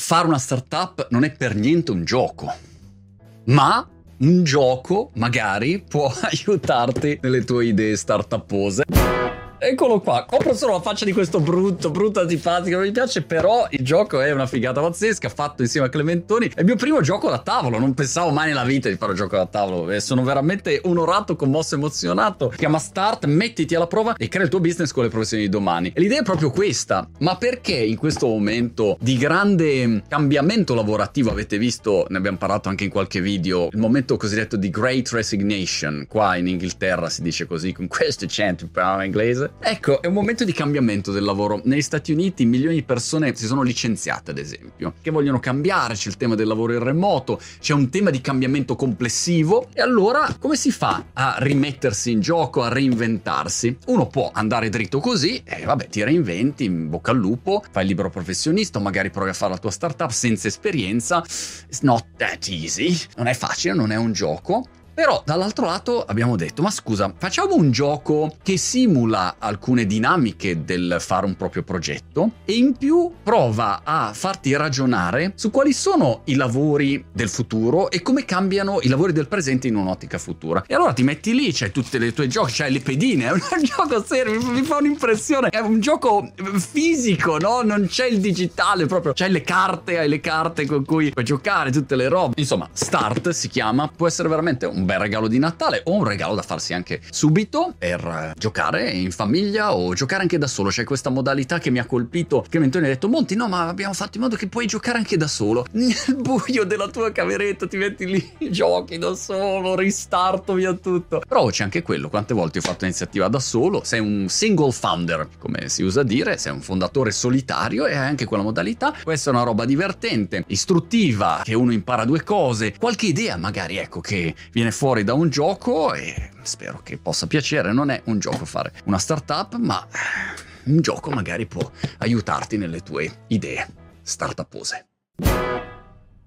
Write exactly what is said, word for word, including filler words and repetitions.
fare una startup non è per niente un gioco, ma un gioco magari può aiutarti nelle tue idee startupose. Eccolo qua, compro solo la faccia di questo brutto, brutto antipatico, non mi piace, però il gioco è una figata pazzesca, fatto insieme a Clementoni. È il mio primo gioco da tavolo, non pensavo mai nella vita di fare un gioco da tavolo e sono veramente onorato, commosso, emozionato. Si chiama Start, mettiti alla prova e crea il tuo business con le professioni di domani. E l'idea è proprio questa, ma perché in questo momento di grande cambiamento lavorativo, avete visto, ne abbiamo parlato anche in qualche video, il momento cosiddetto di Great Resignation, qua in Inghilterra si dice così, con questo accento inglese. Ecco, è un momento di cambiamento del lavoro. Negli Stati Uniti milioni di persone si sono licenziate, ad esempio, che vogliono cambiare, c'è il tema del lavoro in remoto, c'è un tema di cambiamento complessivo, e allora come si fa a rimettersi in gioco, a reinventarsi? Uno può andare dritto così e vabbè, ti reinventi, in bocca al lupo, fai il libero professionista o magari provi a fare la tua startup senza esperienza. It's not that easy, non è facile, non è un gioco. Però dall'altro lato abbiamo detto, ma scusa, facciamo un gioco che simula alcune dinamiche del fare un proprio progetto e in più prova a farti ragionare su quali sono i lavori del futuro e come cambiano i lavori del presente in un'ottica futura. E allora ti metti lì, c'hai tutte le tue giochi, c'hai le pedine, è un gioco serio, mi fa un'impressione, è un gioco fisico, no? Non c'è il digitale proprio, c'hai le carte, hai le carte con cui puoi giocare, tutte le robe. Insomma, Start si chiama, può essere veramente un Un bel regalo di Natale o un regalo da farsi anche subito per giocare in famiglia o giocare anche da solo. C'è questa modalità che mi ha colpito, che mi ha detto: Monti, no, ma abbiamo fatto in modo che puoi giocare anche da solo nel buio della tua cameretta, ti metti lì, giochi da solo, ristarto via tutto. Però c'è anche quello, quante volte ho fatto iniziativa da solo, sei un single founder, come si usa dire, sei un fondatore solitario e hai anche quella modalità. Questa è una roba divertente, istruttiva, che uno impara due cose, qualche idea magari, ecco, che viene fuori da un gioco, e spero che possa piacere. Non è un gioco fare una startup, ma un gioco magari può aiutarti nelle tue idee startupose.